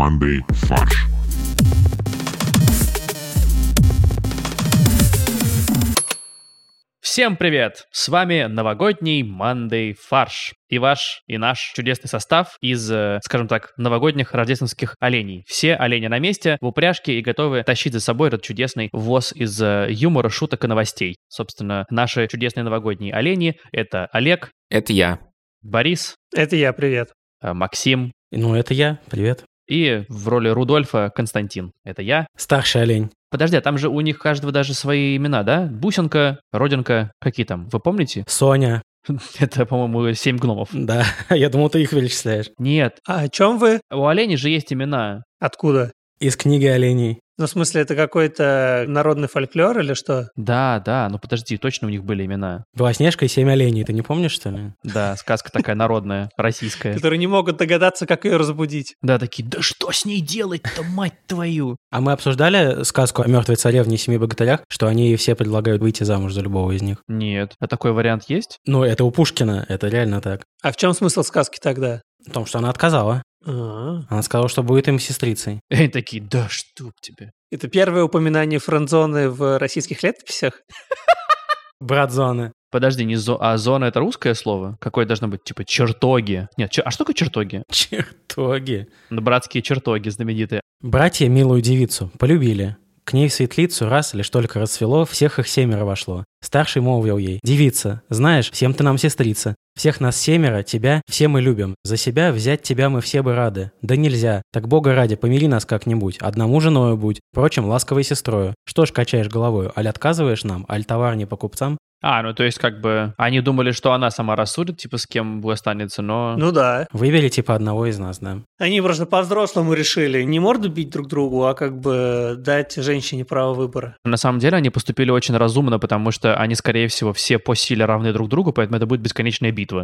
командой «Фарш». Всем привет! С вами новогодний Monday Фарш. И ваш, и наш чудесный состав из, скажем так, новогодних рождественских оленей. Все олени на месте, в упряжке и готовы тащить за собой этот чудесный ввоз из юмора, шуток и новостей. Собственно, наши чудесные новогодние олени — это Олег. Это я. Борис. Это я, привет. Максим. Ну, это я, привет. И в роли Рудольфа Константин. Это я. Старший олень. Подожди, а там же у них каждого даже свои имена, да? Бусинка, Родинка, какие там, вы помните? Соня. Это, по-моему, 7 гномов. Да, я думал, ты их перечисляешь. Нет, А о чем вы? у оленей же есть имена. Откуда? Из книги оленей. Ну, в смысле, это какой-то народный фольклор или что? Да, ну подожди, точно у них были имена. Белоснежка и 7 оленей, ты не помнишь, что ли? Да, сказка такая народная, российская. Которые не могут догадаться, как ее разбудить. Да, такие, да что с ней делать-то, мать твою? А мы обсуждали сказку о мертвой царевне и 7 богатырях, что они все предлагают выйти замуж за любого из них? Нет, а такой вариант есть? Ну, это у Пушкина, это реально так. А в чем смысл сказки тогда? В том, что она отказала. Она сказала, что будет им сестрицей. И они такие, да чтоб тебе. Это первое упоминание френдзоны в российских летописях? Брат Зоны. Подожди, а зона — это русское слово? Какое должно быть, типа, чертоги? Нет, а что такое чертоги? Чертоги. Ну, братские чертоги знаменитые. Братья милую девицу полюбили. К ней в светлицу раз лишь только расцвело, всех их 7 вошло. Старший молвил ей: «Девица, знаешь, всем ты нам сестрица. Всех нас 7, тебя все мы любим. За себя взять тебя мы все бы рады. Да нельзя. Так бога ради, помири нас как-нибудь. Одному женою будь, впрочем, ласковой сестрою. Что ж качаешь головою, аль отказываешь нам, аль товар не по купцам?» Ну то есть как бы они думали, что она сама рассудит, типа с кем останется, но... Ну да. Выбери типа одного из нас, да. Они просто по-взрослому решили не морду бить друг другу, а как бы дать женщине право выбора. На самом деле они поступили очень разумно, потому что они, скорее всего, все по силе равны друг другу, поэтому это будет бесконечная битва.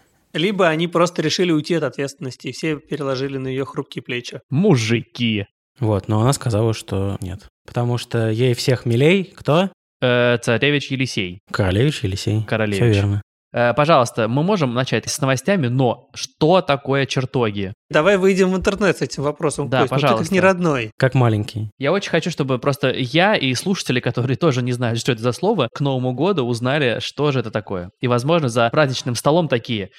Либо они просто решили уйти от ответственности, и все переложили на ее хрупкие плечи. Мужики. Вот, но она сказала, что нет. Потому что ей всех милей кто? Царевич Елисей. Королевич Елисей. Королевич. Все верно. Пожалуйста, мы можем начать с новостями, но что такое чертоги? Давай выйдем в интернет с этим вопросом. Да, Кость, пожалуйста. ты как не родной. Как маленький. Я очень хочу, чтобы просто я и слушатели, которые тоже не знают, что это за слово, к Новому году узнали, что же это такое. И, возможно, за праздничным столом такие: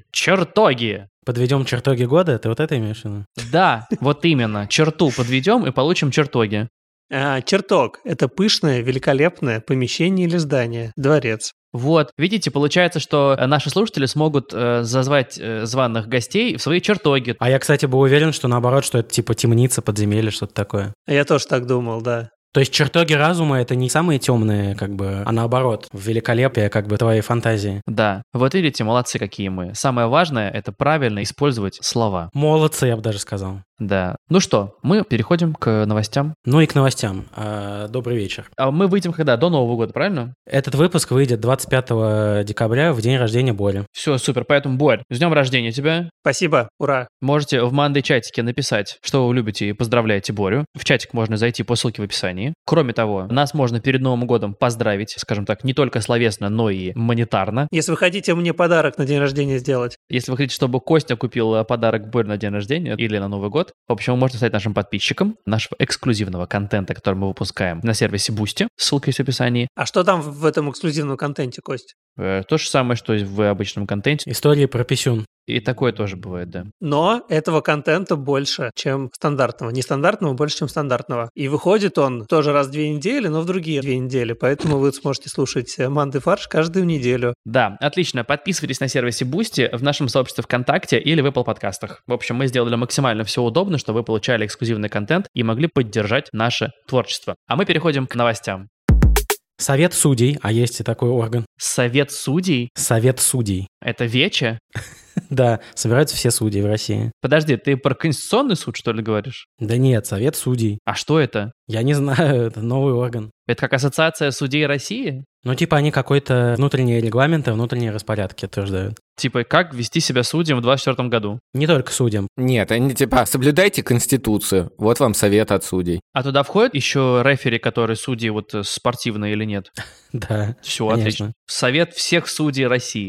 чертоги! Подведем чертоги года, ты вот это имеешь в виду? Да, вот именно. Черту подведем и получим чертоги. Чертог – это пышное, великолепное помещение или здание, дворец. Вот, видите, получается, что наши слушатели смогут зазвать званых гостей в свои чертоги. А я, кстати, был уверен, что наоборот, что это типа темница, подземелье, что-то такое. Я тоже так думал, да. То есть чертоги разума — это не самые темные, как бы, а наоборот, великолепие, как бы, твоей фантазии. Да, вот видите, молодцы какие мы. Самое важное — это правильно использовать слова. Молодцы, я бы даже сказал. Да. Ну что, мы переходим к новостям. Ну и к новостям. Добрый вечер. А мы выйдем когда? До Нового года, правильно? Этот выпуск выйдет 25 декабря, в день рождения Бори. Все, супер. Поэтому, Борь, с днем рождения тебя. Спасибо, ура. Можете в Monday чатике написать, что вы любите и поздравляете Борю. В чатик можно зайти по ссылке в описании. Кроме того, нас можно перед Новым годом поздравить, скажем так, не только словесно, но и монетарно. Если вы хотите мне подарок на день рождения сделать. Если вы хотите, чтобы Костя купил подарок Борь на день рождения или на Новый год, в общем, вы можете стать нашим подписчиком нашего эксклюзивного контента, который мы выпускаем на сервисе Boosty. Ссылка есть в описании. А что там в этом эксклюзивном контенте, Кость? То же самое, что и в обычном контенте. Истории про писюн. И такое тоже бывает, да. Но этого контента больше, чем стандартного. Нестандартного больше, чем стандартного. И выходит он тоже раз в 2 недели, но в другие 2 недели. Поэтому вы сможете слушать Monday Фарш каждую неделю. Да, отлично. Подписывайтесь на сервисе Boosty в нашем сообществе ВКонтакте или в Apple подкастах. В общем, мы сделали максимально все удобно, чтобы вы получали эксклюзивный контент и могли поддержать наше творчество. А мы переходим к новостям. Совет судей, а есть и такой орган. Совет судей? Совет судей. Это вече? Да, собираются все судьи в России. Подожди, ты про Конституционный суд, что ли, говоришь? Да нет, Совет судей. А что это? Я не знаю, это новый орган. Это как Ассоциация судей России? Ну, типа они какой-то внутренние регламенты, внутренние распорядки утверждают. Типа, как вести себя судьям в 2024 году? Не только судьям. Нет, они типа, соблюдайте Конституцию. Вот вам совет от судей. А туда входят еще рефери, которые судьи вот спортивные или нет? Да, Все, конечно. отлично. Совет всех судей России.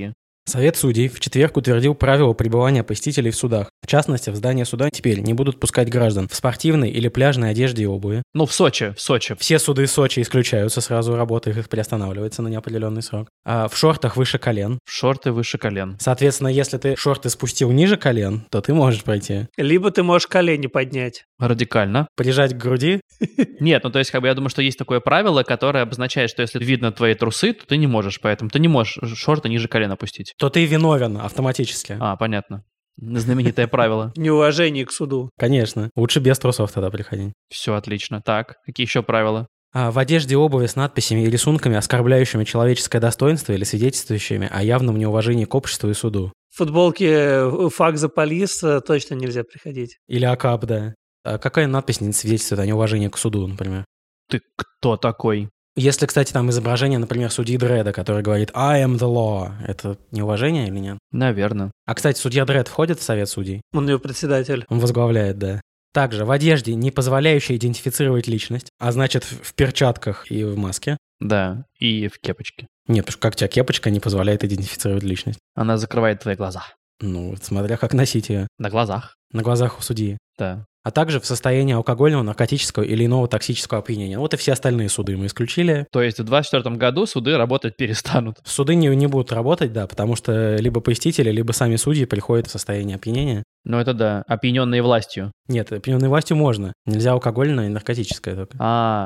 Совет судей в четверг утвердил правила пребывания посетителей в судах. В частности, в здание суда теперь не будут пускать граждан в спортивной или пляжной одежде и обуви. Ну, в Сочи. Все суды Сочи исключаются сразу, работа их приостанавливается на неопределенный срок. А в шортах выше колен. Шорты выше колен. Соответственно, если ты шорты спустил ниже колен, то ты можешь пройти. Либо ты можешь колени поднять. Радикально. Прижать к груди. Нет, ну то есть, я думаю, что есть такое правило, которое обозначает, что если видно твои трусы, то ты не можешь, поэтому ты не можешь шорты ниже колена опустить. То ты виновен автоматически. А, понятно. Знаменитое правило. Неуважение к суду. Конечно. Лучше без трусов тогда приходить. Все отлично. Так, какие еще правила? В одежде и обуви с надписями и рисунками, оскорбляющими человеческое достоинство или свидетельствующими о явном неуважении к обществу и суду. В футболке «Fuck the police» точно нельзя приходить. Или АКАП, да. А какая надпись не свидетельствует о неуважении к суду, например? Ты кто такой? Если, кстати, там изображение, например, судьи Дредда, который говорит «I am the law», это неуважение или нет? Наверное. А, кстати, судья Дред входит в совет судей? Он ее председатель. Он возглавляет, да. Также в одежде, не позволяющей идентифицировать личность, а значит в перчатках и в маске. Да, и в кепочке. Нет, потому что как у тебя кепочка не позволяет идентифицировать личность? Она закрывает твои глаза. Ну, смотря как носить ее. На глазах. На глазах у судьи. Да. А также в состоянии алкогольного, наркотического или иного токсического опьянения. Вот и все остальные суды мы исключили. То есть в 2024 году суды работать перестанут. Суды не будут работать, да, потому что либо посетители, либо сами судьи приходят в состояние опьянения. Ну это да, опьяненные властью. Нет, опьяненной властью можно. Нельзя алкогольное и наркотическое только.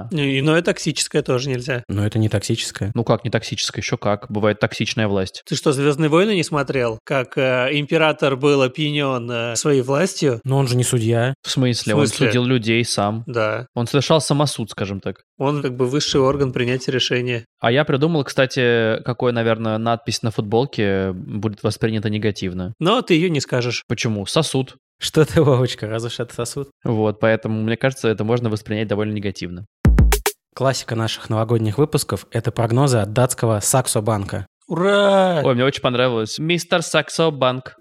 Но и токсическое тоже нельзя. Но это не токсическое. Ну как не токсическое? Еще как. Бывает токсичная власть. Ты что, «Звездные войны» не смотрел? Как император был опьянен своей властью? Но он же не судья. В смысле? Он судил людей сам. Да. Он совершал самосуд, скажем так. Он как бы высший орган принятия решения. А я придумал, кстати, какой, наверное, надпись на футболке будет воспринята негативно. Но ты ее не скажешь. Почему? Сосуд. Что ты, Вовочка, раз уж это сосуд? Вот, поэтому, мне кажется, это можно воспринять довольно негативно. Классика наших новогодних выпусков – это прогнозы от датского Саксо банка. Ура! Ой, мне очень понравилось. Мистер Саксо Банк.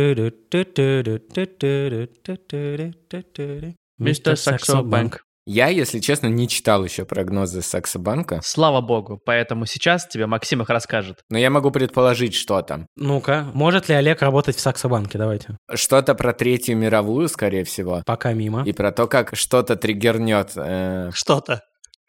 Мистер Саксо Банк. Я, если честно, не читал еще прогнозы Саксо-банка, Слава богу, поэтому сейчас тебе Максим их расскажет. но я могу предположить, что там. Ну-ка, может ли Олег работать в Саксо банке? Давайте. Что-то про Третью мировую, скорее всего. Пока мимо. И про то, как что-то триггернет. Что-то.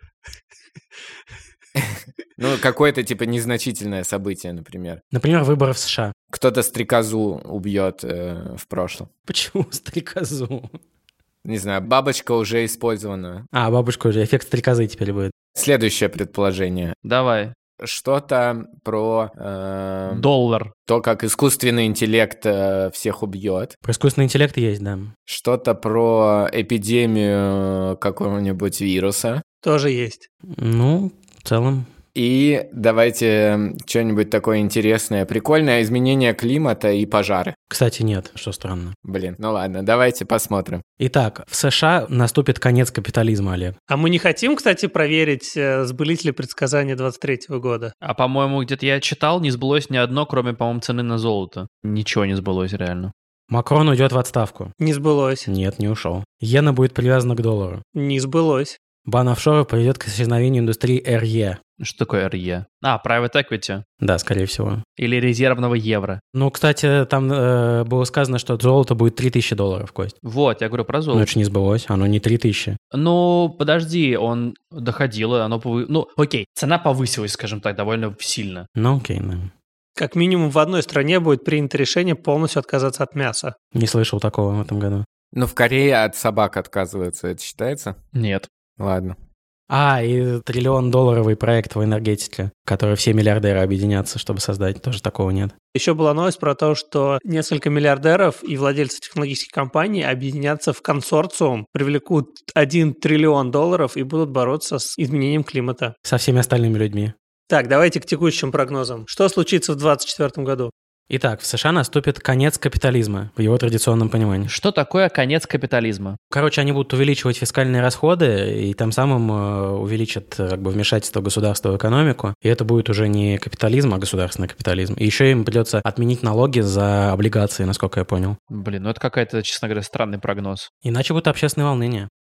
Ну, какое-то типа незначительное событие, например. Например, выборы в США. Кто-то стрекозу убьет в прошлом. Почему стрекозу? Не знаю, бабочка уже использована. А, бабушка уже, эффект стрекозы теперь будет. Следующее предположение. Давай. Что-то про Доллар. то, как искусственный интеллект всех убьет. Про искусственный интеллект есть, да. Что-то про эпидемию какого-нибудь вируса. Тоже есть. Ну, в целом. И давайте что-нибудь такое интересное, прикольное, изменение климата и пожары. Кстати, нет, что странно. Блин, ну ладно, давайте посмотрим. Итак, в США наступит конец капитализма, Олег. А мы не хотим, кстати, проверить, сбылись ли предсказания 23 года? А, по-моему, где-то я читал, не сбылось ни одно, кроме, по-моему, цены на золото. Ничего не сбылось реально. Макрон уйдет в отставку. Не сбылось. Нет, не ушел. Иена будет привязана к доллару. Не сбылось. Бан офшоров приведет к исчезновению индустрии РЕ. Что такое РЕ? А, private equity. Да, скорее всего. Или резервного евро. Ну, кстати, там было сказано, что золото будет $3000, Кость. Вот, я говорю про Ну, золото. это же не сбылось, оно не 3000. Ну, подожди, он доходил, и оно Ну, окей, цена повысилась, скажем так, довольно сильно. Ну, окей, да. Как минимум в одной стране будет принято решение полностью отказаться от мяса. Не слышал такого в этом году. Ну, в Корее от собак отказываются, это считается? Нет. Ладно. А, и $1 триллион проект в энергетике, в который все миллиардеры объединятся, чтобы создать. Тоже такого нет. Еще была новость про то, что несколько миллиардеров и владельцев технологических компаний объединятся в консорциум, привлекут $1 триллион и будут бороться с изменением климата. Со всеми остальными людьми. Так, давайте к текущим прогнозам. Что случится в 2024 году? Итак, в США наступит конец капитализма в его традиционном понимании. Что такое конец капитализма? Короче, они будут увеличивать фискальные расходы и тем самым увеличат как бы вмешательство государства в экономику. И это будет уже не капитализм, а государственный капитализм. И еще им придется отменить налоги за облигации, насколько я понял. Блин, ну это какая-то, честно говоря, странный прогноз. Иначе будут общественные волнения.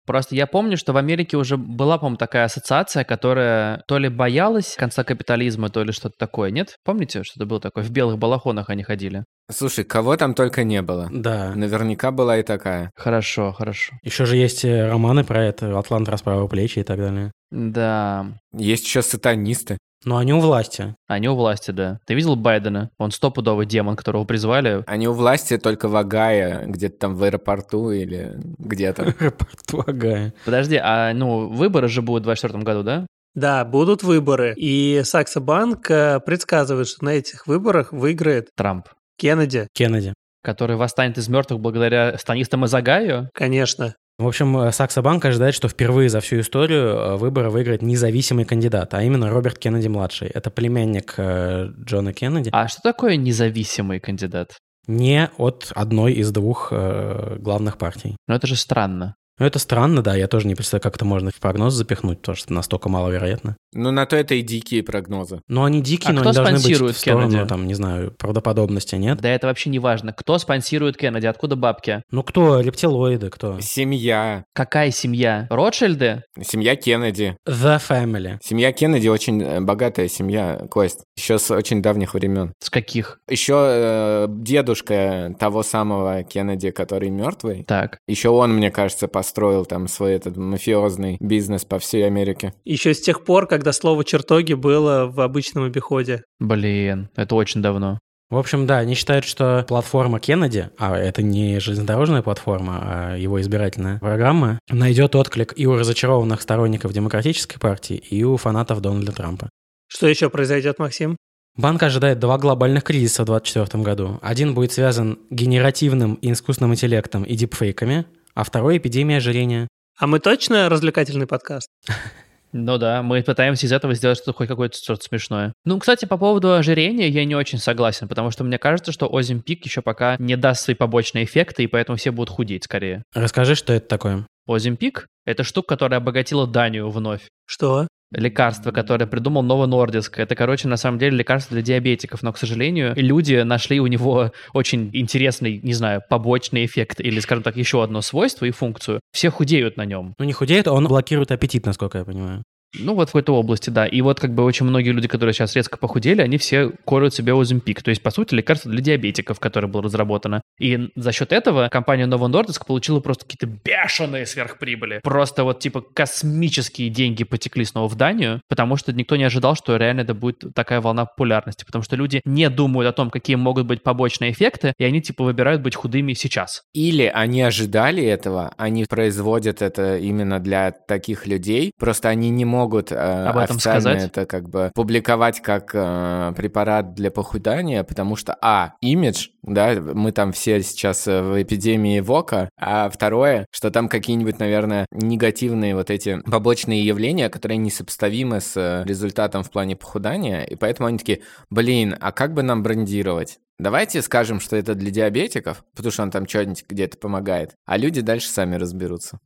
Просто я помню, что в Америке уже была, по-моему, такая ассоциация, которая то ли боялась конца капитализма, то ли что-то такое, нет? Помните, что-то было такое? В белых балахонах они ходили. Слушай, кого там только не было. Да. Наверняка была и такая. Хорошо, хорошо. Еще же есть романы про это, «Атлант расправил плечи» и так далее. Да. Есть еще сатанисты. Но они у власти. Они у власти, да. Ты видел Байдена? Он стопудовый демон, которого призвали. Они у власти только в Огайо, где-то там в аэропорту или где-то. Аэропорту Огайо. Подожди, выборы же будут в 2024 году, да? Да, будут выборы. И Саксо Банк предсказывает, что на этих выборах выиграет Трамп, Кеннеди. Кеннеди. который восстанет из мертвых благодаря станистам из Огайо. Конечно. В общем, Саксо Банк ожидает, что впервые за всю историю выборы выиграет независимый кандидат, а именно Роберт Кеннеди-младший. Это племянник Джона Кеннеди. А что такое независимый кандидат? Не от одной из двух главных партий. Ну это же странно. Ну, это странно, да, я тоже не представляю, как это можно в прогноз запихнуть, потому что настолько маловероятно. Ну, на то это и дикие прогнозы. Но они дикие, А но кто они должны быть спонсирует в сторону, Кеннеди? там, не знаю, правдоподобности, нет? Да это вообще не важно. Кто спонсирует Кеннеди? Откуда бабки? Ну, кто? Рептилоиды, кто? Семья. Какая семья? Ротшильды? Семья Кеннеди. The Family. Семья Кеннеди очень богатая семья, Кость. Еще с очень давних времен. С каких? Еще дедушка того самого Кеннеди, который мертвый. Так. Еще он, мне кажется, построил там свой этот мафиозный бизнес по всей Америке. Еще с тех пор, когда слово «чертоги» было в обычном обиходе. Блин, это очень давно. В общем, да, они считают, что платформа Кеннеди, а это не железнодорожная платформа, а его избирательная программа, найдет отклик и у разочарованных сторонников Демократической партии, и у фанатов Дональда Трампа. Что еще произойдет, Максим? Банк ожидает 2 глобальных кризиса в 2024 году. Один будет связан генеративным и искусственным интеллектом и дипфейками, а второй — эпидемией ожирения. А мы точно развлекательный подкаст? Ну да, мы пытаемся из этого сделать что-то хоть какое-то что-то смешное. Ну, кстати, по поводу ожирения я не очень согласен, потому что мне кажется, что Оземпик еще пока не даст свои побочные эффекты, и поэтому все будут худеть скорее. Расскажи, что это такое. Оземпик — это штука, которая обогатила Данию вновь. Что? Лекарство, которое придумал Novo Nordisk. Это, на самом деле лекарство для диабетиков, но, к сожалению, люди нашли у него очень интересный, не знаю, побочный эффект или, скажем так, еще одно свойство и функцию. Все худеют на нем. Ну, не худеет, он блокирует аппетит, насколько я понимаю. Ну, вот в какой-то области, да. И вот очень многие люди, которые сейчас резко похудели, они все колют себе Оземпик. То есть, по сути, лекарство для диабетиков, которое было разработано. И за счет этого компания Novo Nordisk получила просто какие-то бешеные сверхприбыли. Просто космические деньги потекли снова в Данию, потому что никто не ожидал, что реально это будет такая волна популярности. Потому что люди не думают о том, какие могут быть побочные эффекты, и они выбирают быть худыми сейчас. Или они ожидали этого, они производят это именно для таких людей, просто они не могут об этом официально сказать. это публиковать как препарат для похудания, потому что, имидж, да, мы там все сейчас в эпидемии ВОКа, а второе, что там какие-нибудь, наверное, негативные эти побочные явления, которые несопоставимы с результатом в плане похудания, и поэтому они такие, а как бы нам брендировать? Давайте скажем, что это для диабетиков, потому что он там что-нибудь где-то помогает, а люди дальше сами разберутся.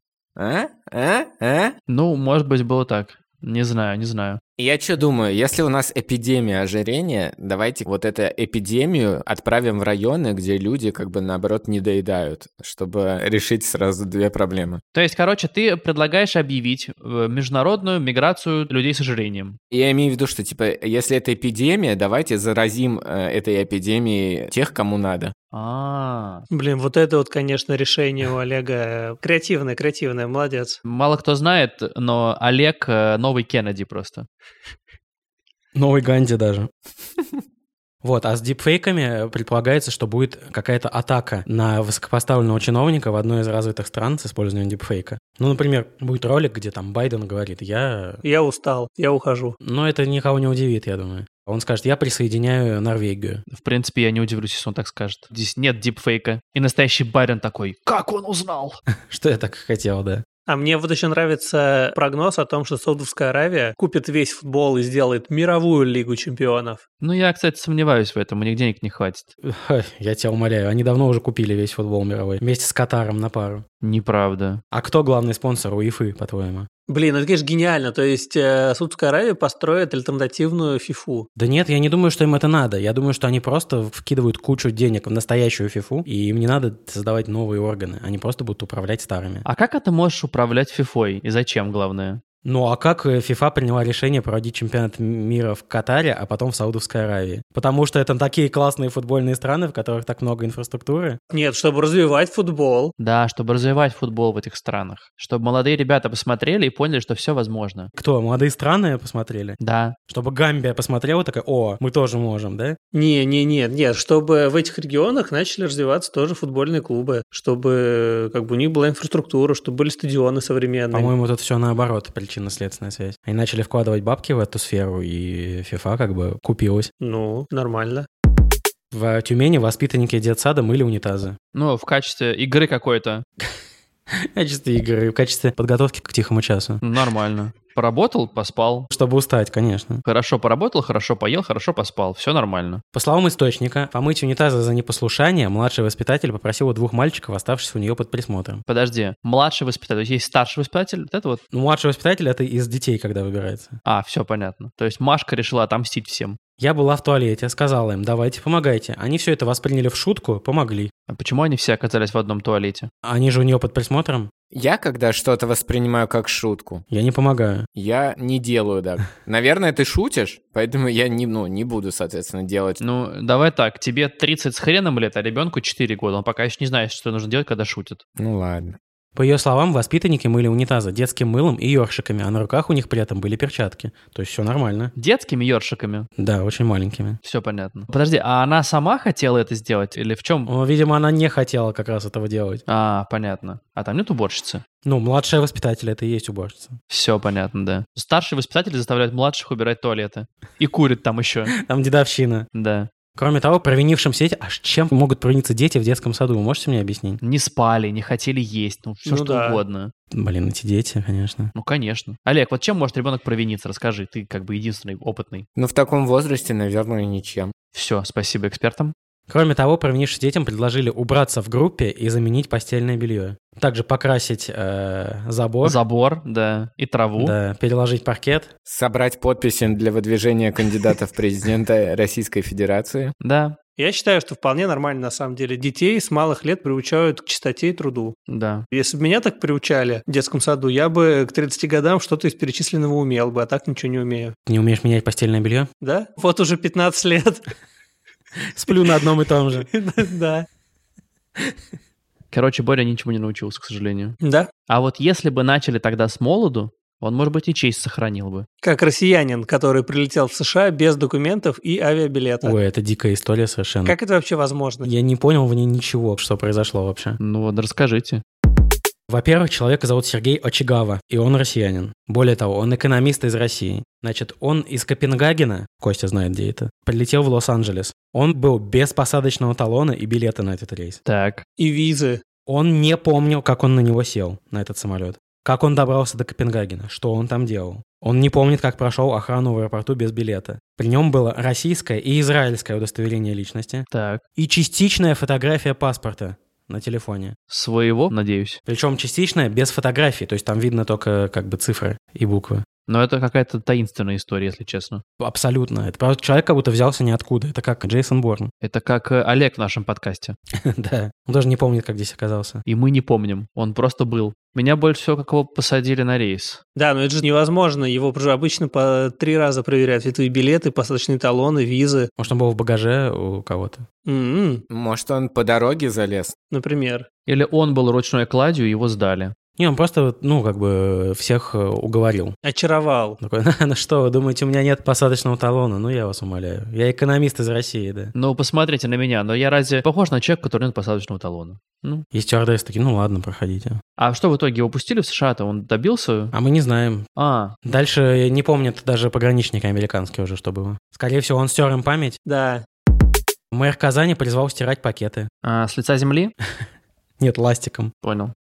Ну, может быть, было так. Не знаю. Я что думаю, если у нас эпидемия ожирения, давайте эту эпидемию отправим в районы, где люди наоборот не доедают, чтобы решить сразу две проблемы. То есть, ты предлагаешь объявить международную миграцию людей с ожирением. Я имею в виду, что если это эпидемия, давайте заразим этой эпидемией тех, кому надо. Блин, это конечно, решение у Олега креативное, молодец. Мало кто знает, но Олег новый Кеннеди просто. Новый Ганди даже. А с дипфейками предполагается, что будет какая-то атака на высокопоставленного чиновника в одной из развитых стран с использованием дипфейка. Ну, например, будет ролик, где там Байден говорит, я устал, я ухожу. Но это никого не удивит, я думаю. Он скажет, я присоединяю Норвегию. В принципе, я не удивлюсь, если он так скажет. Здесь нет дипфейка. И настоящий Байден такой, как он узнал? Что я так хотел, да. А мне еще нравится прогноз о том, что Саудовская Аравия купит весь футбол и сделает мировую лигу чемпионов. Ну, я, кстати, сомневаюсь в этом, у них денег не хватит. Я тебя умоляю, они давно уже купили весь футбол мировой, вместе с Катаром на пару. Неправда. А кто главный спонсор УЕФА, по-твоему? Блин, это, конечно, гениально. То есть Саудовская Аравия построит альтернативную ФИФУ. Да нет, я не думаю, что им это надо. Я думаю, что они просто вкидывают кучу денег в настоящую фифу, и им не надо создавать новые органы. Они просто будут управлять старыми. А как ты можешь управлять фифой? И зачем, главное? Ну а как ФИФА приняла решение проводить чемпионат мира в Катаре, а потом в Саудовской Аравии? Потому что это такие классные футбольные страны, в которых так много инфраструктуры. Нет, чтобы развивать футбол. Да, чтобы развивать футбол в этих странах. Чтобы молодые ребята посмотрели и поняли, что все возможно. Кто, молодые страны посмотрели? Да. Чтобы Гамбия посмотрела, такая, о, мы тоже можем, да? Нет, чтобы в этих регионах начали развиваться тоже футбольные клубы, чтобы как бы у них была инфраструктура, чтобы были стадионы современные. По-моему, тут все наоборот, причинно-следственная связь. Они начали вкладывать бабки в эту сферу, и FIFA как бы купилась. Ну, нормально. В Тюмени воспитанники детсада мыли унитазы. Ну, в качестве игры какой-то. В качестве игры, в качестве подготовки к тихому часу. Nормально. Поработал, поспал. Чтобы устать, конечно. Хорошо поработал, хорошо поел, хорошо поспал. Все нормально. По словам источника, помыть унитазы за непослушание младший воспитатель попросил у 2 мальчиков, оставшихся у нее под присмотром. Подожди, младший воспитатель, то есть есть старший воспитатель, вот это вот? Ну, младший воспитатель — это из детей, когда выбирается. А, все понятно. То есть Машка решила отомстить всем. Я была в туалете, сказала им, давайте, помогайте. Они все это восприняли в шутку, помогли. А почему они все оказались в одном туалете? Они же у нее под присмотром. Я, когда что-то воспринимаю как шутку, Я не помогаю. я не делаю так. Наверное, ты шутишь, поэтому я не буду, соответственно, делать. Ну, давай так, тебе 30 с хреном лет, а ребенку 4 года. Он пока еще не знает, что нужно делать, когда шутит. Ну ладно. По ее словам, воспитанники мыли унитазы детским мылом и ёршиками, а на руках у них при этом были перчатки. То есть все нормально. Детскими ёршиками? Да, очень маленькими. Все понятно. Подожди, а она сама хотела это сделать? Или в чем? Но, видимо, она не хотела как раз этого делать. А, понятно. А там нет уборщицы? Ну, младшая воспитатель — это и есть уборщица. Все понятно, да. Старший воспитатель заставляет младших убирать туалеты. И курит там еще. Там дедовщина. Да. Кроме того, провинившимся дети... Аж чем могут провиниться дети в детском саду? Вы можете мне объяснить? Не спали, не хотели есть, ну все Ну что да. угодно. Блин, эти дети, конечно. Ну, конечно. Олег, вот чем может ребенок провиниться? Расскажи, ты как бы единственный опытный. Ну, в таком возрасте, наверное, ничем. Все, спасибо экспертам. Кроме того, провинившимся детям предложили убраться в группе и заменить постельное белье. Также покрасить забор. Забор, да, и траву. Да, переложить паркет. Собрать подписи для выдвижения кандидата в президента Российской Федерации. Да, Я считаю, что вполне нормально, на самом деле. Детей с малых лет приучают к чистоте и труду. да. Если бы меня так приучали в детском саду, я бы к 30 годам что-то из перечисленного умел бы, а так ничего не умею. Не умеешь менять постельное белье? Да? Вот уже 15 лет. Сплю на одном и том же. Да. Короче, Боря ничему не научился, к сожалению. Да. А вот если бы начали тогда с молоду, он, может быть, и честь сохранил бы. Как россиянин, который прилетел в США без документов и авиабилета. Ой, это дикая история совершенно. Как это вообще возможно? Я не понял в ней ничего, что произошло вообще. Ну вот расскажите. Во-первых, человека зовут Сергей Очигава, и он россиянин. Более того, он экономист из России. Значит, он из Копенгагена, Костя знает, где это, прилетел в Лос-Анджелес. Он был без посадочного талона и билета на этот рейс. Так. И визы. Он не помнил, как он на него сел, на этот самолет. Как он добрался до Копенгагена, что он там делал. Он не помнит, как прошел охрану в аэропорту без билета. При нем было российское и израильское удостоверение личности Так. и частичная фотография паспорта на телефоне. Своего, надеюсь. Причем частичная без фотографии, то есть там видно только как бы цифры и буквы. Но это какая-то таинственная история, если честно. Абсолютно. Это просто человек как будто взялся ниоткуда. Это как Джейсон Борн. Это как Олег в нашем подкасте. Да. Он даже не помнит, как здесь оказался. И мы не помним. Он просто был. Меня больше всего, как его посадили на рейс. Да, но это же невозможно. Его же обычно по 3 раза проверяют. Это и билеты, посадочные талоны, визы. Может, он был в багаже у кого-то. Может, он по дороге залез? Например. Или он был ручной кладью, его сдали. Не, он просто, ну, как бы всех уговорил. Очаровал. Такой, ну что, вы думаете, у меня нет посадочного талона? Ну, я вас умоляю. Я экономист из России, да. Ну, посмотрите на меня. Но я разве похож на человека, который нет посадочного талона? Ну. И стюардессы такие, ну ладно, проходите. А что в итоге, его пустили в США-то? Он добился? А мы не знаем. А, Дальше не помнят даже пограничники американские уже, что было. Скорее всего, он стер им память. Да. Мэр Казани призвал стирать пакеты. с лица земли? Нет, ластиком. Понял.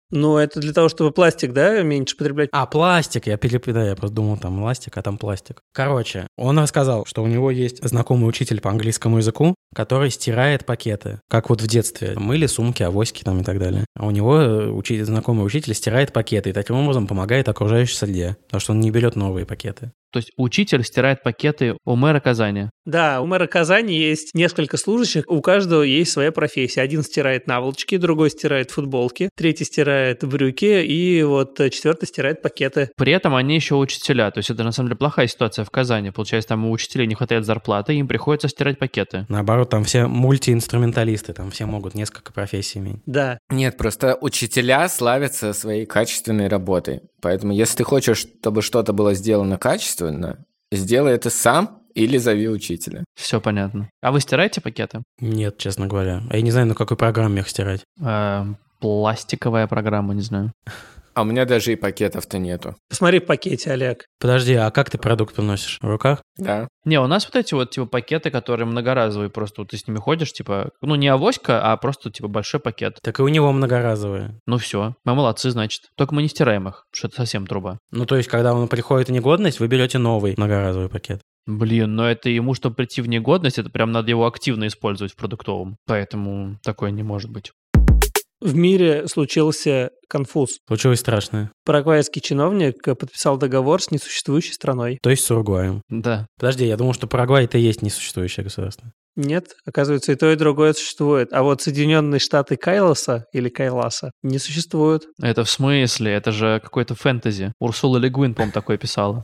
Ну, это для того, чтобы пластик, да, меньше потреблять. Пластик, я просто думал, там ластик, а там пластик. Короче, он рассказал, что у него есть знакомый учитель по английскому языку, который стирает пакеты, как вот в детстве. Мыли сумки, авоськи там и так далее. А у него знакомый учитель стирает пакеты и таким образом помогает окружающей среде, потому что он не берет новые пакеты. То есть учитель стирает пакеты у мэра Казани. Да, у мэра Казани есть несколько служащих, у каждого есть своя профессия. Один стирает наволочки, другой стирает футболки, третий стирает брюки, и вот четвертый стирает пакеты. При этом они еще учителя. То есть это на самом деле плохая ситуация в Казани. Получается, там у учителей не хватает зарплаты, им приходится стирать пакеты. Наоборот, там все мультиинструменталисты, там все могут несколько профессий иметь. Да. Нет, просто учителя славятся своей качественной работой. Поэтому если ты хочешь, чтобы что-то было сделано качественно, сделай это сам или зови учителя. Все понятно. А вы стираете пакеты? Нет, честно говоря. А я не знаю, на какой программе их стирать. Пластиковая программа, не знаю. А у меня даже и пакетов-то нету. Посмотри в пакете, Олег. Подожди, а как ты продукт приносишь? В руках? Да. Не, у нас вот эти вот типа пакеты, которые многоразовые, просто вот ты с ними ходишь, типа, ну не авоська, а просто типа большой пакет. Так и у него многоразовые. Ну все, мы молодцы, значит. Только мы не стираем их, что это совсем труба. Ну, то есть, когда он приходит в негодность, вы берете новый многоразовый пакет. Блин, но это ему, чтобы прийти в негодность, это прям надо его активно использовать в продуктовом. Поэтому такое не может быть. В мире случился конфуз. Случилось страшное. Парагвайский чиновник подписал договор с несуществующей страной. То есть с Уругваем. Да. Подожди, я думал, что Парагвай это и есть несуществующее государство. Нет, оказывается, и то, и другое существует. А вот Соединенные Штаты Кайласа или Кайласа не существуют. Это в смысле? Это же какой-то фэнтези. Урсула Ле Гуин, по-моему, такое писала.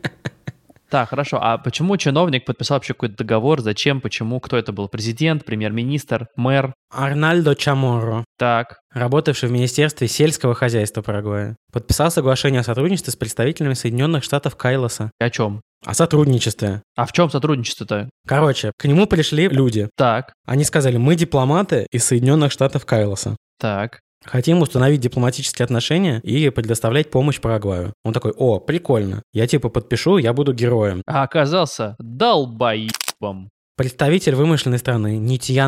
Так, хорошо. А почему чиновник подписал вообще какой-то договор? Зачем? Почему? Кто это был? Президент, премьер-министр, мэр? Арнальдо Чаморро, Так. работавший в Министерстве сельского хозяйства Парагвая, подписал соглашение о сотрудничестве с представителями Соединенных Штатов Кайласа. О чем? О сотрудничестве. А в чем сотрудничество-то? Короче, к нему пришли люди. Так, Они сказали, мы дипломаты из Соединенных Штатов Кайласа. так. Хотим установить дипломатические отношения и предоставлять помощь Парагваю. Он такой, о, прикольно. Я типа подпишу, я буду героем. А оказался долбоебом. Представитель вымышленной страны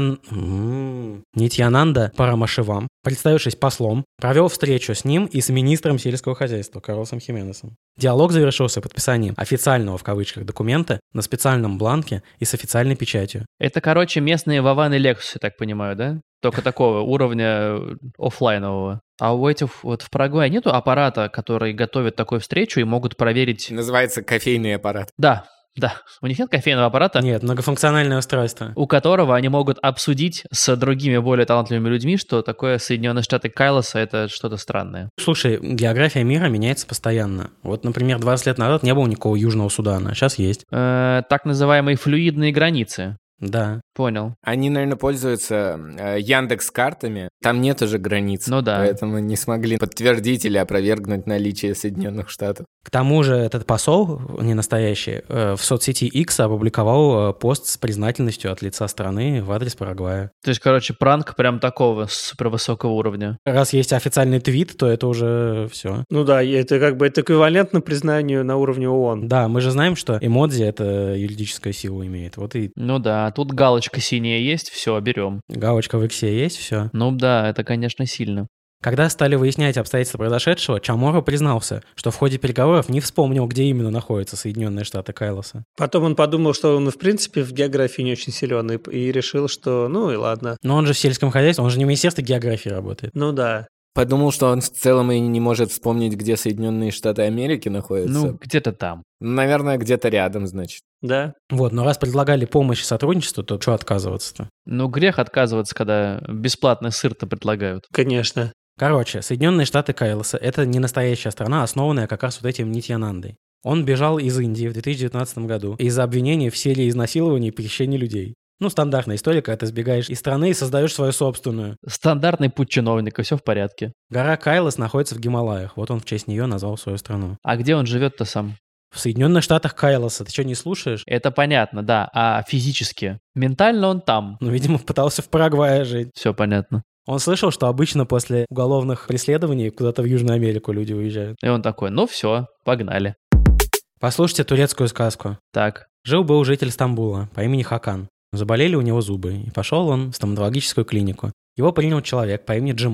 Нитьянанда Парамашивам, представившись послом, провел встречу с ним и с министром сельского хозяйства Карлосом Хименесом. Диалог завершился подписанием официального в кавычках документа на специальном бланке и с официальной печатью. Это, короче, местные Вован и Лексус, я так понимаю, да? Только такого уровня оффлайнового. А у этих вот в Парагвае нету аппарата, который готовит такую встречу и могут проверить... Называется кофейный аппарат. Да. У них нет кофейного аппарата, Нет, многофункциональное устройство. у которого они могут обсудить с другими более талантливыми людьми, что такое Соединенные Штаты Кайласа — это что-то странное. Слушай, география мира меняется постоянно. Вот, например, 20 лет назад не было никакого Южного Судана, а сейчас есть. Так называемые флюидные границы. Да. Понял. Они, наверное, пользуются Яндекс.Картами. Там нет уже границ. Ну да. Поэтому не смогли подтвердить или опровергнуть наличие Соединенных Штатов. К тому же этот посол, не настоящий, в соцсети X опубликовал пост с признательностью от лица страны в адрес Парагвая. То есть, короче, пранк прям такого супервысокого уровня. Раз есть официальный твит, то это уже все. Ну да, это как бы это эквивалентно признанию на уровне ООН. Да, мы же знаем, что эмодзи — это юридическую силу имеет. Вот и Ну да, тут галочка синяя есть, все, берем. галочка в Иксе есть, все. Ну да, это, конечно, сильно. Когда стали выяснять обстоятельства произошедшего, Чаморро признался, что в ходе переговоров не вспомнил, где именно находятся Соединенные Штаты Кайласа. Потом он подумал, что он, в принципе, в географии не очень силен, и решил, что ну и ладно. Но он же в сельском хозяйстве, он же не в Министерстве географии работает. Ну да. Подумал, что он в целом и не может вспомнить, где Соединенные Штаты Америки находятся. Ну, где-то там. Наверное, где-то рядом, значит. Да. Вот, но раз предлагали помощь и сотрудничество, то что отказываться-то? Ну, грех отказываться, когда бесплатный сыр-то предлагают. Конечно. Короче, Соединенные Штаты Кайласа — это не настоящая страна, основанная как раз вот этим Нитьянандой. Он бежал из Индии в 2019 году из-за обвинений в серии изнасилований и похищения людей. Ну, стандартная история, когда ты сбегаешь из страны и создаешь свою собственную. Стандартный путь чиновника, все в порядке. Гора Кайлас находится в Гималаях. Вот он в честь нее назвал свою страну. А где он живет-то сам? В Соединенных Штатах Кайласа. Ты что, не слушаешь? Это понятно, да. А физически? Ментально он там. Ну, видимо, пытался в Парагвае жить. Все понятно. Он слышал, что обычно после уголовных преследований куда-то в Южную Америку люди уезжают. И он такой, ну все, погнали. Послушайте турецкую сказку. Так, Жил-был житель Стамбула по имени Хакан. Заболели у него зубы, и пошел он в стоматологическую клинику. Его принял человек по имени Джемаль.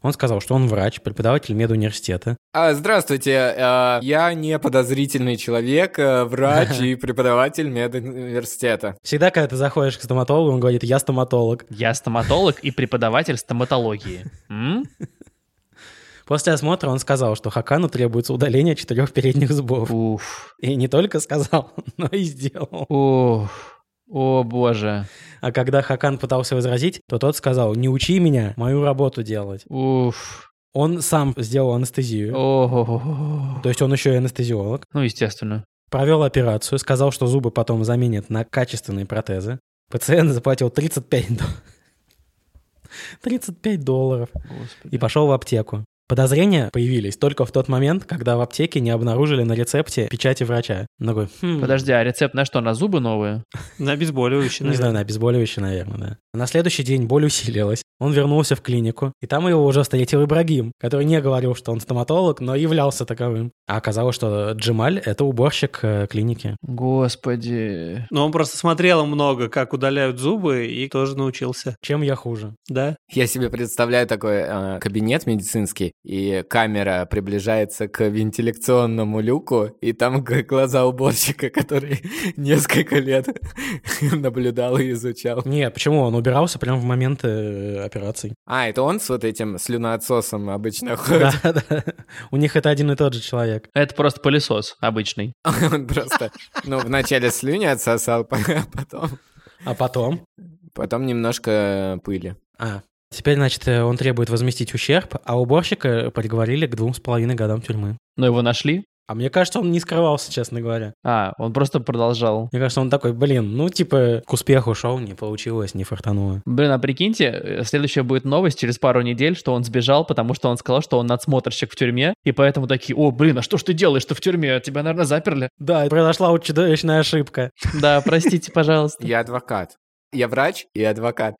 Он сказал, что он врач, преподаватель медуниверситета. Здравствуйте, я не подозрительный человек, врач и преподаватель медуниверситета. Всегда, когда ты заходишь к стоматологу, он говорит: я стоматолог. Я стоматолог и преподаватель стоматологии. После осмотра он сказал, что Хакану требуется удаление 4 передних зубов. Уф. И не только сказал, но и сделал. Уф. О, боже. А когда Хакан пытался возразить, то тот сказал: не учи меня мою работу делать. Уф. Он сам сделал анестезию. О. То есть он еще и анестезиолог. Ну, естественно. Провел операцию, сказал, что зубы потом заменят на качественные протезы. Пациент заплатил $35. $35. Господи. И пошел в аптеку. Подозрения появились только в тот момент, когда в аптеке не обнаружили на рецепте печати врача. Он такой: Подожди, а рецепт на что, на зубы новые? На обезболивающее, не знаю, на обезболивающее, наверное, да. На следующий день боль усилилась. Он вернулся в клинику, и там его уже встретил Ибрагим, который не говорил, что он стоматолог, но являлся таковым. А оказалось, что Джемаль — это уборщик клиники. Господи. Но он просто смотрел много, как удаляют зубы, и тоже научился. Чем я хуже? Да? Я себе представляю такой кабинет медицинский, и камера приближается к вентиляционному люку, и там глаза уборщика, который несколько лет наблюдал и изучал. Нет, почему? Он убирался прямо в момент операций. Это он с вот этим слюноотсосом обычно ходит? Да. У них это один и тот же человек. Это просто пылесос обычный. Он просто, вначале слюни отсосал, А потом? потом немножко пыли. Теперь, значит, он требует возместить ущерб, а уборщика приговорили к 2,5 годам тюрьмы. Но его нашли? А мне кажется, он не скрывался, честно говоря. Он просто продолжал. Мне кажется, он такой: к успеху шел, не получилось, не фартануло. А прикиньте, следующая будет новость через пару недель, что он сбежал, потому что он сказал, что он надсмотрщик в тюрьме, и поэтому такие: а что ж ты делаешь-то в тюрьме? Тебя, наверное, заперли. Да, произошла вот чудовищная ошибка. Да, простите, пожалуйста. Я адвокат. Я врач и адвокат.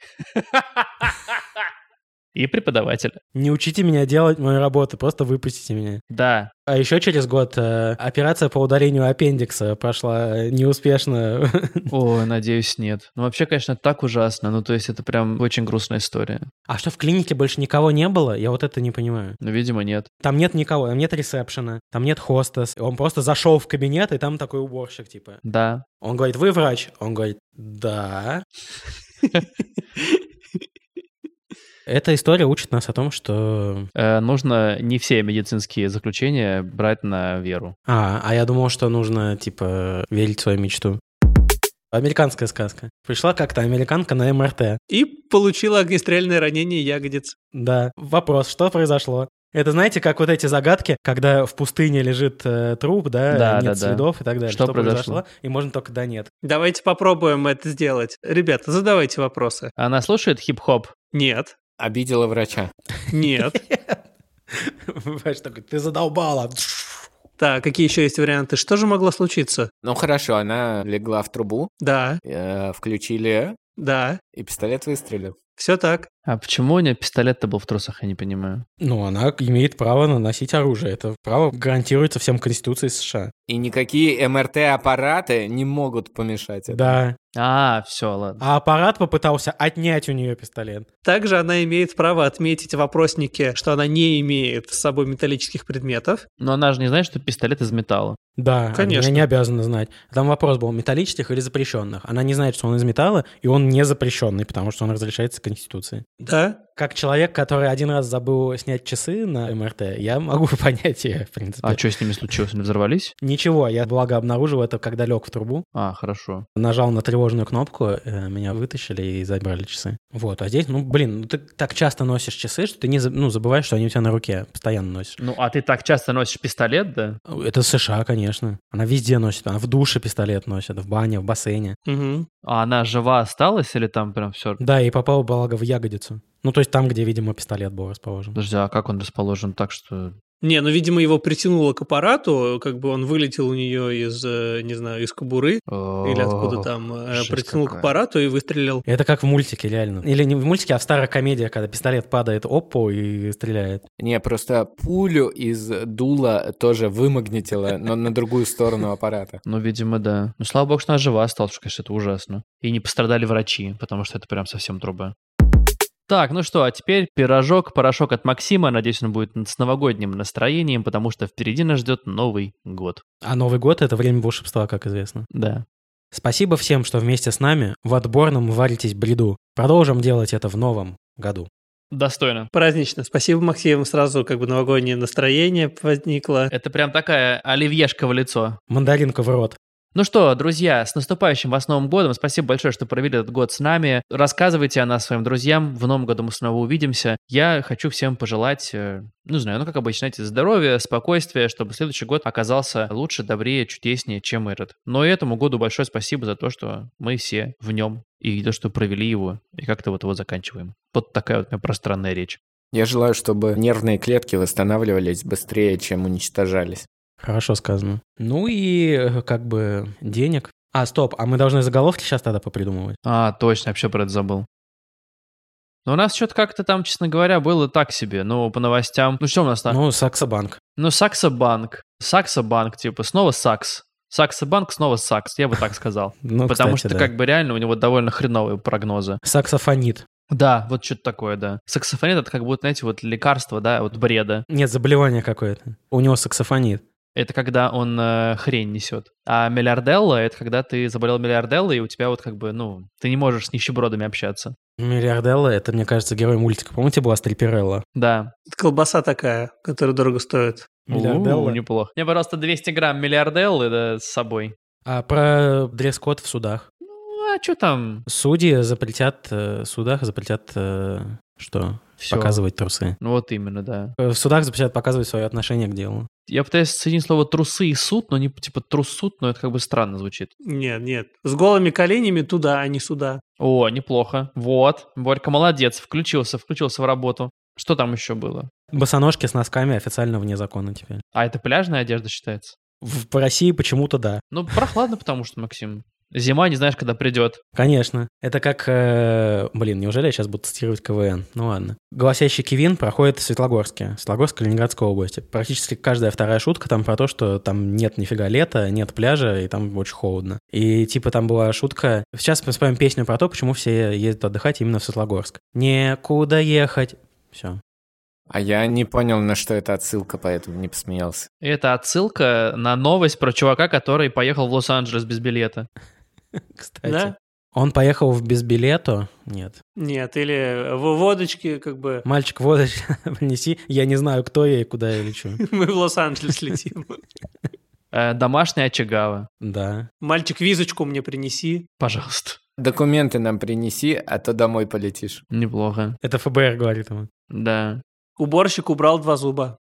И преподаватель. Не учите меня делать мою работу, просто выпустите меня. Да. А еще через год операция по удалению аппендикса прошла неуспешно. Ой, надеюсь, нет. Вообще, конечно, так ужасно. То есть это прям очень грустная история. А что, в клинике больше никого не было? Я вот это не понимаю. Видимо, нет. Там нет никого, там нет ресепшена, там нет хостес. Он просто зашел в кабинет, и там такой уборщик, типа. Да. Он говорит: вы врач? Он говорит: да. Эта история учит нас о том, что... нужно не все медицинские заключения брать на веру. А я думал, что нужно, верить в свою мечту. Американская сказка. Пришла как-то американка на МРТ. И получила огнестрельное ранение ягодиц. Да. Вопрос: что произошло? Это, знаете, как вот эти загадки, когда в пустыне лежит труп, да, нет следов и так далее. Что произошло? И можно только да, нет. Давайте попробуем это сделать. Ребята, задавайте вопросы. Она слушает хип-хоп? Нет. Обидела врача. Нет. Врач такой: ты задолбала. Так, какие еще есть варианты? Что же могло случиться? Хорошо, она легла в трубу. Да. Включили. Да. И пистолет выстрелил. Все так. А почему у нее пистолет-то был в трусах, я не понимаю. Она имеет право наносить оружие. Это право гарантируется всем Конституцией США. И никакие МРТ-аппараты не могут помешать этому. Да. Все, ладно. А аппарат попытался отнять у нее пистолет. Также она имеет право отметить в вопроснике, что она не имеет с собой металлических предметов. Но она же не знает, что пистолет из металла. Да, конечно. Она не обязана знать. Там вопрос был: металлических или запрещенных. Она не знает, что он из металла, и он не запрещенный, потому что он разрешается Конституцией. Да. Как человек, который один раз забыл снять часы на МРТ, я могу понять ее, в принципе. А что с ними случилось? Они взорвались? Ничего, я, благо, обнаружил это, когда лег в трубу. Хорошо. Нажал на тревожную кнопку, меня вытащили и забрали часы. Вот, а здесь, ты так часто носишь часы, что ты не забываешь, что они у тебя на руке, постоянно носишь. А ты так часто носишь пистолет, да? Это США, конечно. Она везде носит, она в душе пистолет носит, в бане, в бассейне. Угу. А она жива осталась или там прям все? Да, и попал, благо, в ягодицу. То есть там, где, видимо, пистолет был расположен. Подожди, а как он расположен так, что... Не, видимо, его притянуло к аппарату, он вылетел у нее из, не знаю, из кобуры, или откуда там, притянул к аппарату и выстрелил. Это как в мультике, реально. Или не в мультике, а в старой комедии, когда пистолет падает об пол и стреляет. Не, просто пулю из дула тоже вымагнитило, но на другую сторону аппарата. Видимо, да. Слава богу, что она жива осталась, конечно, это ужасно. И не пострадали врачи, потому что это прям совсем труба. Так, ну что, а теперь порошок от Максима. Надеюсь, он будет с новогодним настроением, потому что впереди нас ждет Новый год. А Новый год — это время волшебства, как известно. Да. Спасибо всем, что вместе с нами в отборном варитесь бреду. Продолжим делать это в новом году. Достойно. Празднично. Спасибо, Максим. Сразу как бы новогоднее настроение возникло. Это прям такая оливьешка в лицо. Мандаринка в рот. Ну что, друзья, с наступающим вас Новым годом. Спасибо большое, что провели этот год с нами. Рассказывайте о нас своим друзьям. В Новом году мы снова увидимся. Я хочу всем пожелать, ну, знаю, как обычно, знаете, здоровья, спокойствия, чтобы следующий год оказался лучше, добрее, чудеснее, чем этот. Но и этому году большое спасибо за то, что мы все в нем, и то, что провели его, и как-то вот его заканчиваем. Вот такая вот у меня пространная речь. Я желаю, чтобы нервные клетки восстанавливались быстрее, чем уничтожались. Хорошо сказано. Ну и как бы денег. Стоп, а мы должны заголовки сейчас тогда попридумывать? Точно, я вообще про это забыл. Но у нас что-то как-то там, честно говоря, было так себе. Ну, по новостям. Ну, что у нас там? Ну, Саксобанк. Ну, Саксобанк. Саксобанк, типа, снова Сакс. Саксобанк, снова Сакс, я бы так сказал. Ну, Потому кстати, что, да. как бы, реально у него довольно хреновые прогнозы. Саксофонит. Да, вот что-то такое, да. Саксофонит — это как будто, знаете, вот лекарство, да, вот бреда. Нет, заболевание какое-то. У него саксофонит. Это когда он хрень несет. А миллиарделла — это когда ты заболел миллиарделлой, и у тебя вот как бы, ну, ты не можешь с нищебродами общаться. Миллиарделла — это, мне кажется, герой мультика. Помните, была Стриперелла? Да. Это колбаса такая, которая дорого стоит. Миллиарделла. Неплохо. Мне, пожалуйста, 200 грамм миллиарделлы, да, с собой. А про дресс-код в судах? Ну, а что там? Судьи запретят, в судах запретят, что? Всё. Показывать трусы. Ну, вот именно, да. В судах запретят показывать свое отношение к делу. Я пытаюсь соединить слово «трусы» и «суд», но не типа «трус-суд», но это как бы странно звучит. Нет. С голыми коленями туда, а не сюда. О, неплохо. Вот. Борька молодец, включился в работу. Что там еще было? Босоножки с носками официально вне закона теперь. А это пляжная одежда считается? По России почему-то да. Ну, прохладно, потому что, Максим. Зима, не знаешь, когда придет. Конечно. Это как... неужели я сейчас буду цитировать КВН? Ну ладно. «Голосящий Кивин» проходит в Светлогорске. Светлогорск Ленинградской области. Практически каждая вторая шутка там про то, что там нет нифига лета, нет пляжа, и там очень холодно. И типа там была шутка... Сейчас мы споем песню про то, почему все ездят отдыхать именно в Светлогорск. Некуда ехать. Все. А я не понял, на что это отсылка, поэтому не посмеялся. Это отсылка на новость про чувака, который поехал в Лос-Анджелес без билета. Кстати. Да? Он поехал в безбилету? Нет. Нет, или в водочке как бы... Мальчик, водочку принеси. Я не знаю, кто я и куда я лечу. Мы в Лос-Анджелес летим. Домашняя очагава. Да. Мальчик, визочку мне принеси. Пожалуйста. Документы нам принеси, а то домой полетишь. Неплохо. Это ФБР говорит ему. Да. Уборщик убрал 2 зуба.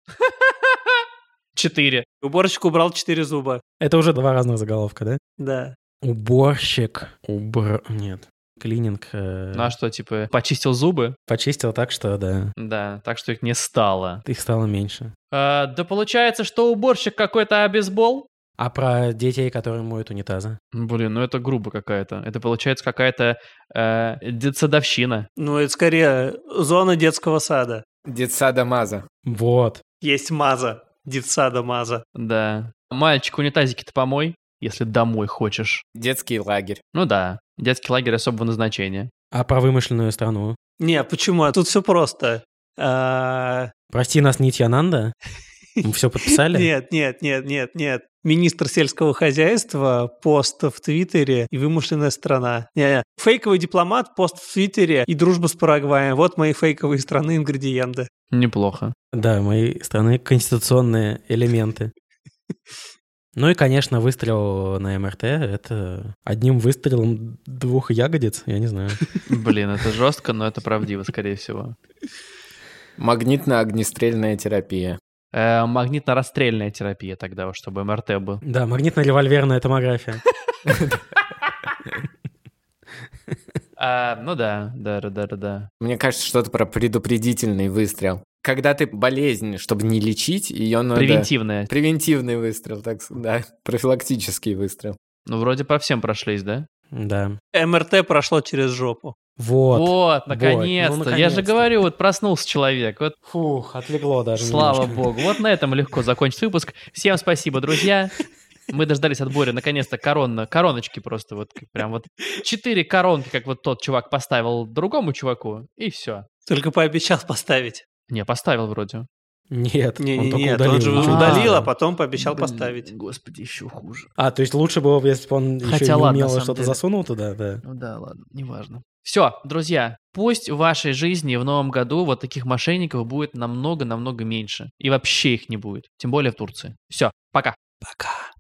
4. Уборщик убрал 4 зуба. Это уже 2 разных заголовка, да? Да. Уборщик. Нет. Клининг. Ну а что, типа, почистил зубы? Почистил так, что, да, Да, так что их не стало. их стало меньше. Да получается, что уборщик какой-то обезбол? А про детей, которые моют унитазы? Блин, ну это грубо какая-то. Это получается какая-то детсадовщина. Ну, это скорее зона детского сада. Детсада Маза. Вот. Есть маза. Детсада маза. Да. Мальчик, унитазики-то помой, если домой хочешь. Детский лагерь. Ну да, детский лагерь особого назначения. А про вымышленную страну? Не, почему? Тут все просто. Прости нас, Нитьянанда? Мы все подписали? Нет. Министр сельского хозяйства, пост в Твиттере и вымышленная страна. Не. Фейковый дипломат, пост в Твиттере и дружба с Парагваем. Вот мои фейковые страны, ингредиенты. Неплохо. Да, моей страны конституционные элементы. Ну и, конечно, выстрел на МРТ — это одним выстрелом 2 ягодиц, я не знаю. Блин, это жестко, но это правдиво, скорее всего. Магнитно-огнестрельная терапия. Магнитно-расстрельная терапия тогда, уж, чтобы МРТ был. Да, магнитно-револьверная томография. Ну да. Мне кажется, что-то про предупредительный выстрел. Когда ты болезнь, чтобы не лечить, ее надо... Превентивная. Превентивный выстрел, так да. Профилактический выстрел. Ну, вроде по всем прошлись, да? Да. МРТ прошло через жопу. Вот. Наконец-то. Ну, Я же наконец-то. говорю, вот проснулся человек. Вот, Фух, отлегло даже слава немножко. богу. Вот на этом легко закончить выпуск. Всем спасибо, друзья. Мы дождались от Бори, наконец-то, короночки просто. Вот прям вот 4 коронки, как вот тот чувак поставил другому чуваку, и все. Только пообещал поставить. Не, поставил вроде. Нет, он только Нет, удалил. он же ничего не удалил, поставил. а потом пообещал поставить. Господи, еще хуже. То есть лучше было бы, если бы он еще Хотя не ладно, на умело самом что-то деле. засунул туда, да. Ну да, ладно, неважно. Все, друзья, пусть в вашей жизни в новом году вот таких мошенников будет намного-намного меньше. И вообще их не будет. Тем более в Турции. Все, пока. Пока.